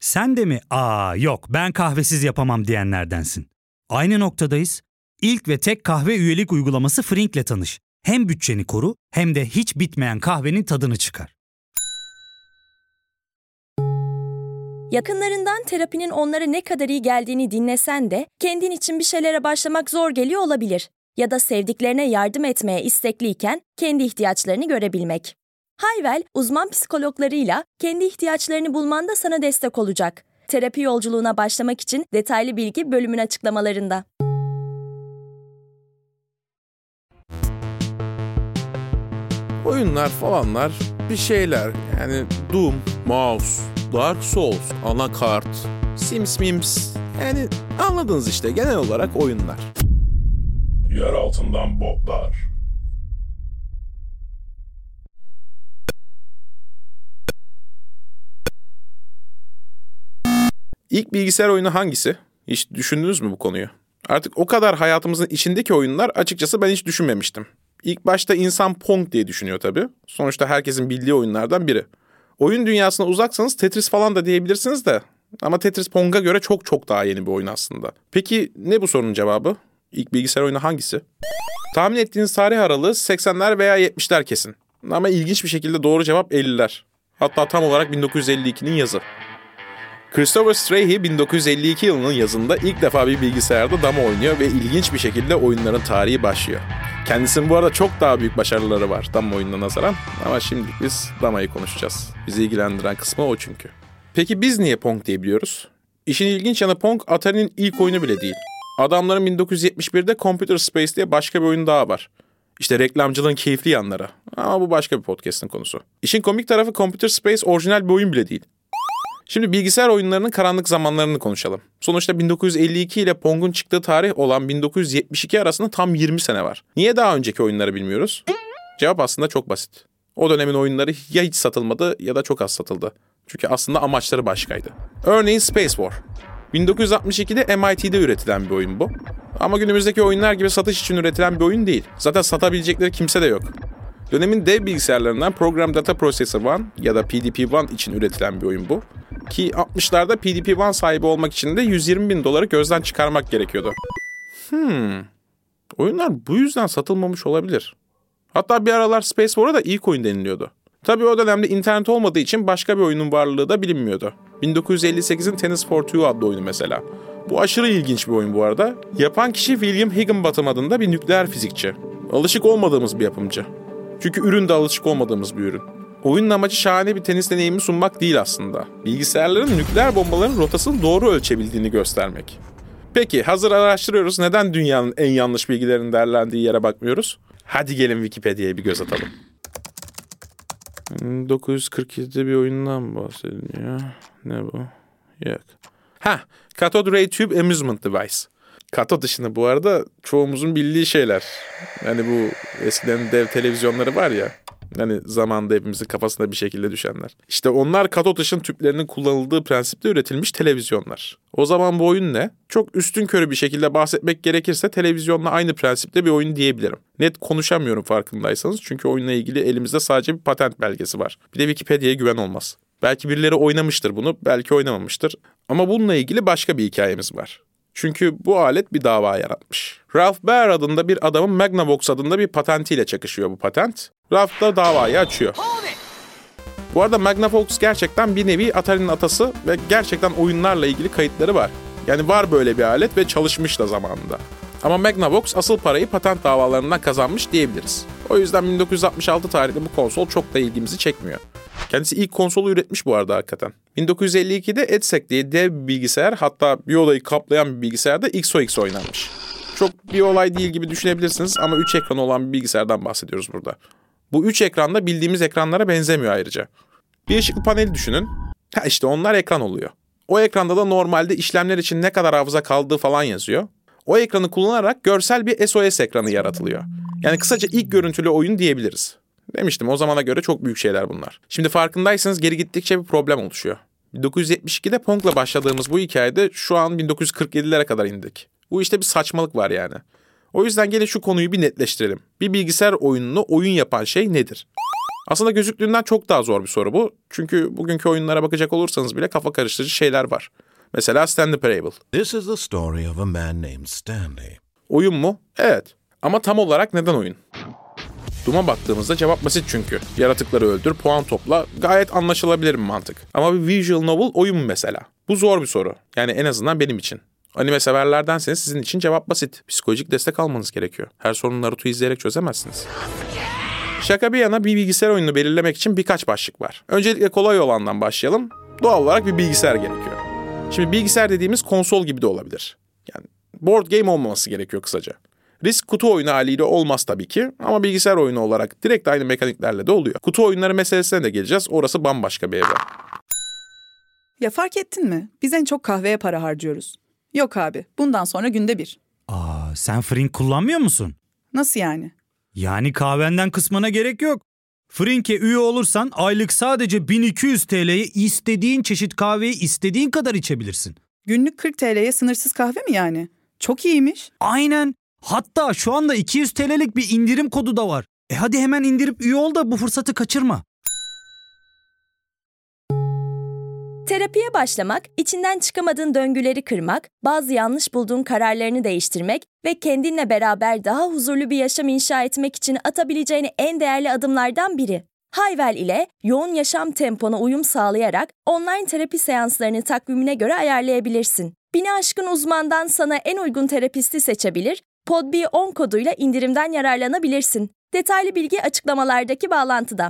Sen de mi yok ben kahvesiz yapamam diyenlerdensin? Aynı noktadayız. İlk ve tek kahve üyelik uygulaması Frink'le tanış. Hem bütçeni koru hem de hiç bitmeyen kahvenin tadını çıkar. Yakınlarından terapinin onlara ne kadar iyi geldiğini dinlesen de kendin için bir şeylere başlamak zor geliyor olabilir. Ya da sevdiklerine yardım etmeye istekliyken kendi ihtiyaçlarını görebilmek. Hayvel, uzman psikologlarıyla kendi ihtiyaçlarını bulmanda sana destek olacak. Terapi yolculuğuna başlamak için detaylı bilgi bölümün açıklamalarında. Oyunlar falanlar bir şeyler. Yani Doom, Mouse, Dark Souls, Anakart, Sims Mims. Yani anladınız işte, genel olarak oyunlar. Yer altından botlar. İlk bilgisayar oyunu hangisi? Hiç düşündünüz mü bu konuyu? Artık o kadar hayatımızın içindeki oyunlar açıkçası ben hiç düşünmemiştim. İlk başta insan Pong diye düşünüyor tabii. Sonuçta herkesin bildiği oyunlardan biri. Oyun dünyasına uzaksanız Tetris falan da diyebilirsiniz de. Ama Tetris Pong'a göre çok çok daha yeni bir oyun aslında. Peki ne bu sorunun cevabı? İlk bilgisayar oyunu hangisi? Tahmin ettiğiniz tarih aralığı 80'ler veya 70'ler kesin. Ama ilginç bir şekilde doğru cevap 50'ler. Hatta tam olarak 1952'nin yazı. Christopher Strahy 1952 yılının yazında ilk defa bir bilgisayarda dama oynuyor ve ilginç bir şekilde oyunların tarihi başlıyor. Kendisinin bu arada çok daha büyük başarıları var dama oyununa nazaran ama şimdi biz damayı konuşacağız. Bizi ilgilendiren kısmı o çünkü. Peki biz niye Pong diye biliyoruz? İşin ilginç yanı Pong Atari'nin ilk oyunu bile değil. Adamların 1971'de Computer Space diye başka bir oyun daha var. İşte reklamcılığın keyifli yanları. Ama bu başka bir podcast'ın konusu. İşin komik tarafı Computer Space orijinal bir oyun bile değil. Şimdi bilgisayar oyunlarının karanlık zamanlarını konuşalım. Sonuçta 1952 ile Pong'un çıktığı tarih olan 1972 arasında tam 20 sene var. Niye daha önceki oyunları bilmiyoruz? Cevap aslında çok basit. O dönemin oyunları ya hiç satılmadı ya da çok az satıldı. Çünkü aslında amaçları başkaydı. Örneğin Space War. 1962'de MIT'de üretilen bir oyun bu. Ama günümüzdeki oyunlar gibi satış için üretilen bir oyun değil. Zaten satabilecekleri kimse de yok. Dönemin dev bilgisayarlarından Program Data Processor 1 ya da PDP-1 için üretilen bir oyun bu. Ki 60'larda PDP-1 sahibi olmak için de $120.000 gözden çıkarmak gerekiyordu. Oyunlar bu yüzden satılmamış olabilir. Hatta bir aralar Space War'a da ilk oyun deniliyordu. Tabii o dönemde internet olmadığı için başka bir oyunun varlığı da bilinmiyordu. 1958'in Tennis for Two adlı oyunu mesela. Bu aşırı ilginç bir oyun bu arada. Yapan kişi William Higginbotham adında bir nükleer fizikçi. Alışık olmadığımız bir yapımcı. Çünkü ürün de alışık olmadığımız bir ürün. Oyunun amacı şahane bir tenis deneyimi sunmak değil aslında. Bilgisayarların nükleer bombaların rotasını doğru ölçebildiğini göstermek. Peki hazır araştırıyoruz, neden dünyanın en yanlış bilgilerinin derlendiği yere bakmıyoruz? Hadi gelin Wikipedia'ya bir göz atalım. 1947'de bir oyundan bahsediliyor. Ne bu? Yok. Cathode Ray Tube Amusement Device. Katod ışını bu arada çoğumuzun bildiği şeyler. Yani bu eskiden dev televizyonları var ya. Hani zamanında hepimizin kafasına bir şekilde düşenler. İşte onlar katod ışın tüplerinin kullanıldığı prensipte üretilmiş televizyonlar. O zaman bu oyun ne? Çok üstünkörü bir şekilde bahsetmek gerekirse televizyonla aynı prensipte bir oyun diyebilirim. Net konuşamıyorum farkındaysanız çünkü oyunla ilgili elimizde sadece bir patent belgesi var. Bir de Wikipedia'ya güven olmaz. Belki birileri oynamıştır bunu, belki oynamamıştır. Ama bununla ilgili başka bir hikayemiz var. Çünkü bu alet bir dava yaratmış. Ralph Baer adında bir adamın Magnavox adında bir patentiyle çakışıyor bu patent. Ralph da davayı açıyor. Bu arada Magnavox gerçekten bir nevi Atari'nin atası ve gerçekten oyunlarla ilgili kayıtları var. Yani var böyle bir alet ve çalışmış da zamanında. Ama Magnavox asıl parayı patent davalarından kazanmış diyebiliriz. O yüzden 1966 tarihli bu konsol çok da ilgimizi çekmiyor. Kendisi ilk konsolu üretmiş bu arada hakikaten. 1952'de EDSEC diye dev bir bilgisayar, hatta bir odayı kaplayan bir bilgisayarda XOX oynanmış. Çok bir olay değil gibi düşünebilirsiniz ama 3 ekranı olan bir bilgisayardan bahsediyoruz burada. Bu 3 ekran da bildiğimiz ekranlara benzemiyor ayrıca. Bir ışıklı paneli düşünün. İşte onlar ekran oluyor. O ekranda da normalde işlemler için ne kadar hafıza kaldığı falan yazıyor. O ekranı kullanarak görsel bir SOS ekranı yaratılıyor. Yani kısaca ilk görüntülü oyun diyebiliriz. Demiştim, o zamana göre çok büyük şeyler bunlar. Şimdi farkındaysanız geri gittikçe bir problem oluşuyor. 1972'de Pong'la başladığımız bu hikayede şu an 1947'lere kadar indik. Bu işte bir saçmalık var yani. O yüzden gelin şu konuyu bir netleştirelim. Bir bilgisayar oyununu oyun yapan şey nedir? Aslında gözüktüğünden çok daha zor bir soru bu. Çünkü bugünkü oyunlara bakacak olursanız bile kafa karıştırıcı şeyler var. Mesela Stanley Parable. This is the story of a man named Stanley. Oyun mu? Evet. Ama tam olarak neden oyun? Doom'a baktığımızda cevap basit çünkü. Yaratıkları öldür, puan topla, gayet anlaşılabilir bir mantık. Ama bir visual novel oyun mu mesela? Bu zor bir soru. Yani en azından benim için. Anime severlerdenseniz sizin için cevap basit. Psikolojik destek almanız gerekiyor. Her sorunu Naruto izleyerek çözemezsiniz. Şaka bir yana bir bilgisayar oyununu belirlemek için birkaç başlık var. Öncelikle kolay olandan başlayalım. Doğal olarak bir bilgisayar gerekiyor. Şimdi bilgisayar dediğimiz konsol gibi de olabilir. Yani board game olmaması gerekiyor kısaca. Risk kutu oyunu haliyle olmaz tabii ki ama bilgisayar oyunu olarak direkt aynı mekaniklerle de oluyor. Kutu oyunları meselesine de geleceğiz. Orası bambaşka bir evren. Ya fark ettin mi? Biz en çok kahveye para harcıyoruz. Yok abi, bundan sonra günde 1. Sen Frink kullanmıyor musun? Nasıl yani? Yani kahvenden kısmına gerek yok. Frink'e üye olursan aylık sadece 1200 TL'ye istediğin çeşit kahveyi istediğin kadar içebilirsin. Günlük 40 TL'ye sınırsız kahve mi yani? Çok iyiymiş. Aynen. Hatta şu anda 200 TL'lik bir indirim kodu da var. Hadi hemen indirip üye ol da bu fırsatı kaçırma. Terapiye başlamak, içinden çıkamadığın döngüleri kırmak, bazı yanlış bulduğun kararlarını değiştirmek ve kendinle beraber daha huzurlu bir yaşam inşa etmek için atabileceğin en değerli adımlardan biri. Hayvel ile yoğun yaşam tempona uyum sağlayarak online terapi seanslarını takvimine göre ayarlayabilirsin. 1000'i aşkın uzmandan sana en uygun terapisti seçebilir, PodB10 koduyla indirimden yararlanabilirsin. Detaylı bilgi açıklamalardaki bağlantıda.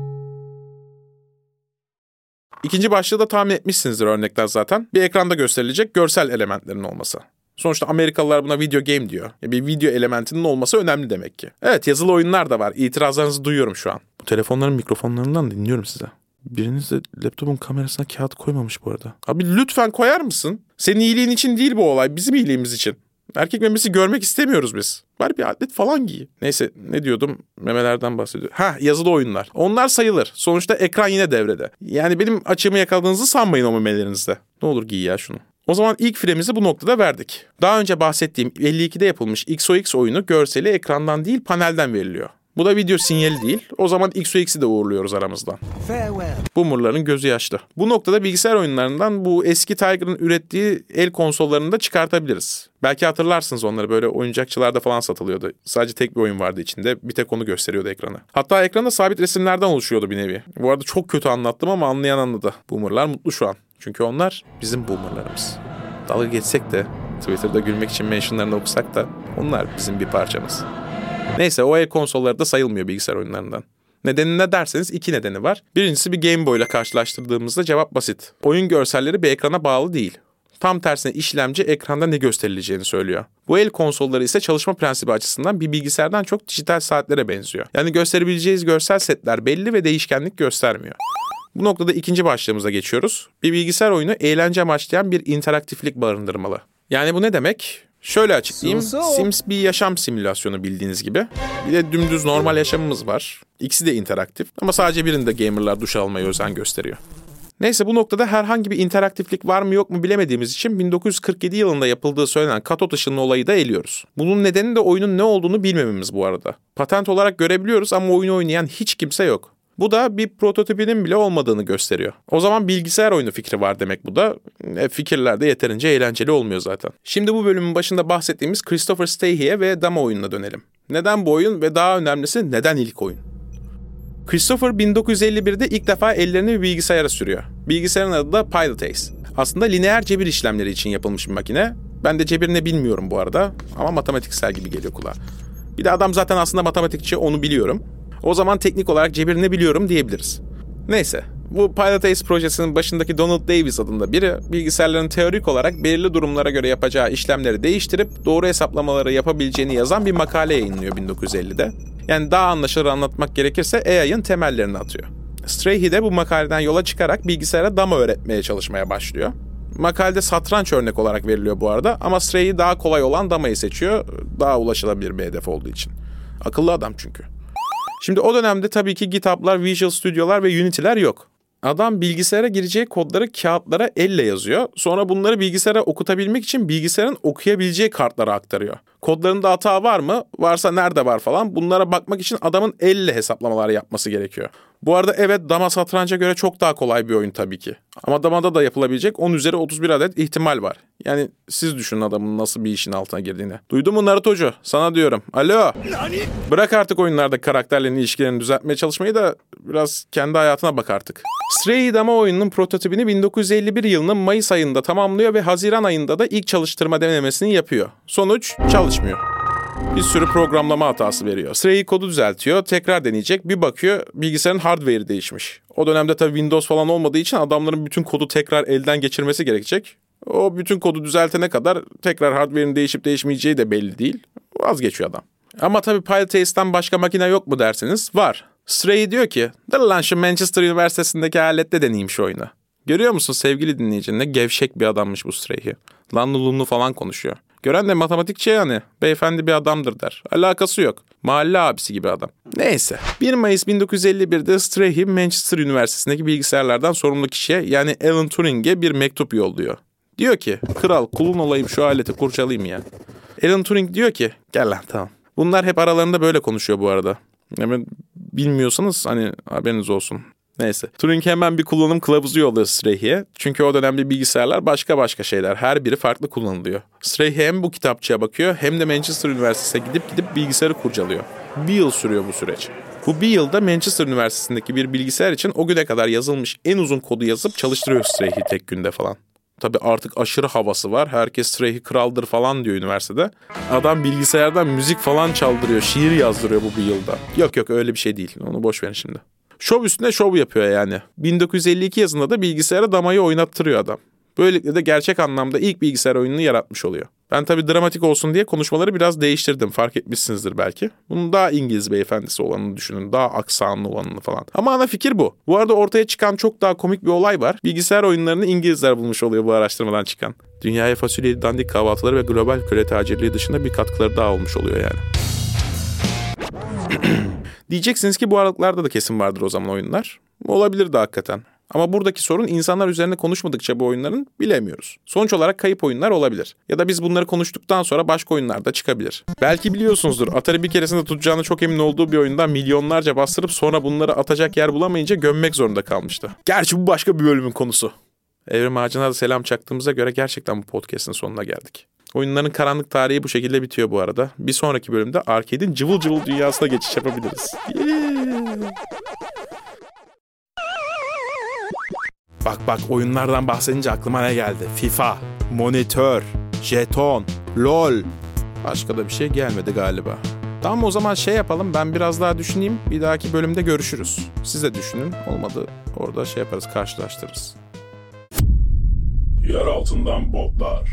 İkinci başlığı da tahmin etmişsinizdir örnekten zaten. Bir ekranda gösterilecek görsel elementlerin olması. Sonuçta Amerikalılar buna video game diyor. Bir video elementinin olması önemli demek ki. Evet, yazılı oyunlar da var. İtirazlarınızı duyuyorum şu an. Bu telefonların mikrofonlarından dinliyorum size. Biriniz de laptopun kamerasına kağıt koymamış bu arada. Abi lütfen koyar mısın? Senin iyiliğin için değil bu olay, bizim iyiliğimiz için. Erkek memesi görmek istemiyoruz biz. Bari bir atlet falan giy. Neyse, ne diyordum? Memelerden bahsediyor. Yazılı oyunlar. Onlar sayılır. Sonuçta ekran yine devrede. Yani benim açığımı yakaladığınızı sanmayın o memelerinizde. Ne olur giy ya şunu. O zaman ilk firemizi bu noktada verdik. Daha önce bahsettiğim 52'de yapılmış XOX oyunu görseli ekrandan değil panelden veriliyor. Bu da video sinyali değil. O zaman XOX'i de uğurluyoruz aramızdan. Boomer'ların gözü yaşlı. Bu noktada bilgisayar oyunlarından bu eski Tiger'ın ürettiği el konsollarını da çıkartabiliriz. Belki hatırlarsınız onları, böyle oyuncakçılarda falan satılıyordu. Sadece tek bir oyun vardı içinde. Bir tek onu gösteriyordu ekrana. Hatta ekranda sabit resimlerden oluşuyordu bir nevi. Bu arada çok kötü anlattım ama anlayan anladı. Boomer'lar mutlu şu an. Çünkü onlar bizim boomer'larımız. Dalga geçsek de, Twitter'da gülmek için mentionlarını okusak da onlar bizim bir parçamız. Neyse, o el konsolları da sayılmıyor bilgisayar oyunlarından. Nedeni ne derseniz 2 nedeni var. Birincisi, bir Game Boy ile karşılaştırdığımızda cevap basit. Oyun görselleri bir ekrana bağlı değil. Tam tersine işlemci ekranda ne gösterileceğini söylüyor. Bu el konsolları ise çalışma prensibi açısından bir bilgisayardan çok dijital saatlere benziyor. Yani gösterebileceğiniz görsel setler belli ve değişkenlik göstermiyor. Bu noktada ikinci başlığımıza geçiyoruz. Bir bilgisayar oyunu eğlence amaçlayan bir interaktiflik barındırmalı. Yani bu ne demek? Şöyle açıklayayım. Sims bir yaşam simülasyonu bildiğiniz gibi. Bir de dümdüz normal yaşamımız var. İkisi de interaktif ama sadece birinde gamerlar duş almaya özen gösteriyor. Neyse, bu noktada herhangi bir interaktiflik var mı yok mu bilemediğimiz için 1947 yılında yapıldığı söylenen katot ışınlı olayı da eliyoruz. Bunun nedeni de oyunun ne olduğunu bilmememiz bu arada. Patent olarak görebiliyoruz ama oyunu oynayan hiç kimse yok. Bu da bir prototipinin bile olmadığını gösteriyor. O zaman bilgisayar oyunu fikri var demek bu da. Fikirler de yeterince eğlenceli olmuyor zaten. Şimdi bu bölümün başında bahsettiğimiz Christopher Stahey'e ve Dama oyununa dönelim. Neden bu oyun ve daha önemlisi neden ilk oyun? Christopher 1951'de ilk defa ellerini bir bilgisayara sürüyor. Bilgisayarın adı da Pilot Ace. Aslında lineer cebir işlemleri için yapılmış bir makine. Ben de cebir ne bilmiyorum bu arada ama matematiksel gibi geliyor kulağa. Bir de adam zaten aslında matematikçi, onu biliyorum. O zaman teknik olarak cebir ne biliyorum diyebiliriz. Neyse, bu Pilot Ace projesinin başındaki Donald Davis adında biri bilgisayarların teorik olarak belirli durumlara göre yapacağı işlemleri değiştirip doğru hesaplamaları yapabileceğini yazan bir makale yayınlıyor 1950'de. Yani daha anlaşılır anlatmak gerekirse AI'ın temellerini atıyor. Strahey de bu makaleden yola çıkarak bilgisayara dama öğretmeye çalışmaya başlıyor. Makalede satranç örnek olarak veriliyor bu arada ama Strahey daha kolay olan damayı seçiyor, daha ulaşılabilir bir hedef olduğu için. Akıllı adam çünkü. Şimdi o dönemde tabii ki GitHub'lar, Visual Studio'lar ve Unity'ler yok. Adam bilgisayara gireceği kodları kağıtlara elle yazıyor. Sonra bunları bilgisayara okutabilmek için bilgisayarın okuyabileceği kartlara aktarıyor. Kodlarında hata var mı? Varsa nerede var falan. Bunlara bakmak için adamın elle hesaplamalar yapması gerekiyor. Bu arada evet, dama satranca göre çok daha kolay bir oyun tabii ki. Ama damada da yapılabilecek 10 üzeri 31 adet ihtimal var. Yani siz düşünün adamın nasıl bir işin altına girdiğini. Duydun mu Naruto'cu? Sana diyorum. Alo. Bırak artık oyunlarda karakterlerin ilişkilerini düzeltmeye çalışmayı da biraz kendi hayatına bak artık. Stray dama oyununun prototipini 1951 yılının Mayıs ayında tamamlıyor ve Haziran ayında da ilk çalıştırma denemesini yapıyor. Sonuç çalışmıyor. Bir sürü programlama hatası veriyor. Stray kodu düzeltiyor, tekrar deneyecek. Bir bakıyor bilgisayarın hardware'i değişmiş. O dönemde tabii Windows falan olmadığı için adamların bütün kodu tekrar elden geçirmesi gerekecek. O bütün kodu düzeltene kadar tekrar hardware'in değişip değişmeyeceği de belli değil. Vazgeçiyor adam. Ama tabii Pilot Ace'den başka makine yok mu derseniz var. Stray diyor ki, dur lan şu Manchester Üniversitesi'ndeki alette deneyeyim şu oyunu. Görüyor musun sevgili dinleyici, ne gevşek bir adammış bu Stray'i. Lanlulunlu falan konuşuyor. Gören de matematikçi yani. Beyefendi bir adamdır der. Alakası yok. Mahalle abisi gibi adam. Neyse. 1 Mayıs 1951'de Stray'i Manchester Üniversitesi'ndeki bilgisayarlardan sorumlu kişiye yani Alan Turing'e bir mektup yolluyor. Diyor ki, kral kulun olayım şu aleti kurcalayayım ya. Alan Turing diyor ki, gel lan tamam. Bunlar hep aralarında böyle konuşuyor bu arada. Yani bilmiyorsanız hani haberiniz olsun. Neyse. Turing hemen bir kullanım kılavuzu yolluyor Stray'e. Çünkü o dönemde bilgisayarlar başka şeyler. Her biri farklı kullanılıyor. Stray hem bu kitapçıya bakıyor hem de Manchester Üniversitesi'ne gidip bilgisayarı kurcalıyor. Bir yıl sürüyor bu süreç. Bu bir yılda Manchester Üniversitesi'ndeki bir bilgisayar için o güne kadar yazılmış en uzun kodu yazıp çalıştırıyor Stray'i tek günde falan. Tabii artık aşırı havası var. Herkes Stray'i kraldır falan diyor üniversitede. Adam bilgisayardan müzik falan çaldırıyor, şiir yazdırıyor bu bir yılda. Yok öyle bir şey değil. Onu boş verin şimdi. Şov üstüne şov yapıyor yani. 1952 yazında da bilgisayara damayı oynattırıyor adam. Böylelikle de gerçek anlamda ilk bilgisayar oyununu yaratmış oluyor. Ben tabii dramatik olsun diye konuşmaları biraz değiştirdim. Fark etmişsinizdir belki. Bunun daha İngiliz beyefendisi olanını düşünün. Daha aksanlı olanını falan. Ama ana fikir bu. Bu arada ortaya çıkan çok daha komik bir olay var. Bilgisayar oyunlarını İngilizler bulmuş oluyor bu araştırmadan çıkan. Dünyaya fasulyeli dandik kahvaltıları ve global köle tacirliği dışında bir katkıları daha olmuş oluyor yani. Diyeceksiniz ki bu aralıklarda da kesin vardır o zaman oyunlar. Olabilir de hakikaten. Ama buradaki sorun insanlar üzerine konuşmadıkça bu oyunların bilemiyoruz. Sonuç olarak kayıp oyunlar olabilir. Ya da biz bunları konuştuktan sonra başka oyunlar da çıkabilir. Belki biliyorsunuzdur, Atari bir keresinde tutacağını çok emin olduğu bir oyundan milyonlarca bastırıp sonra bunları atacak yer bulamayınca gömmek zorunda kalmıştı. Gerçi bu başka bir bölümün konusu. Evrim Ağacı'na da selam çaktığımıza göre gerçekten bu podcast'ın sonuna geldik. Oyunların karanlık tarihi bu şekilde bitiyor bu arada. Bir sonraki bölümde arcade'in cıvıl cıvıl dünyasına geçiş yapabiliriz. Bak oyunlardan bahsedince aklıma ne geldi? FIFA, monitör, jeton, LOL. Başka da bir şey gelmedi galiba. Tamam o zaman şey yapalım, ben biraz daha düşüneyim. Bir dahaki bölümde görüşürüz. Siz de düşünün. Olmadı orada şey yaparız, karşılaştırırız. Yer altından botlar.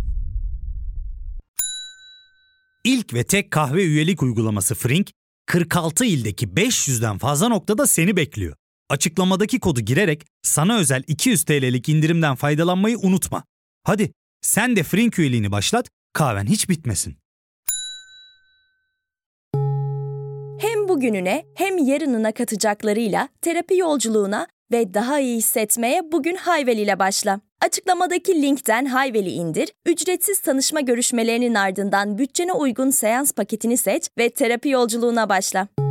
İlk ve tek kahve üyelik uygulaması Frink, 46 ildeki 500'den fazla noktada seni bekliyor. Açıklamadaki kodu girerek sana özel 200 TL'lik indirimden faydalanmayı unutma. Hadi sen de Frink üyeliğini başlat, kahven hiç bitmesin. Hem bugününe hem yarınına katacaklarıyla terapi yolculuğuna ve daha iyi hissetmeye bugün Hayvel ile başla. Açıklamadaki linkten Hayvel'i indir, ücretsiz tanışma görüşmelerinin ardından bütçene uygun seans paketini seç ve terapi yolculuğuna başla.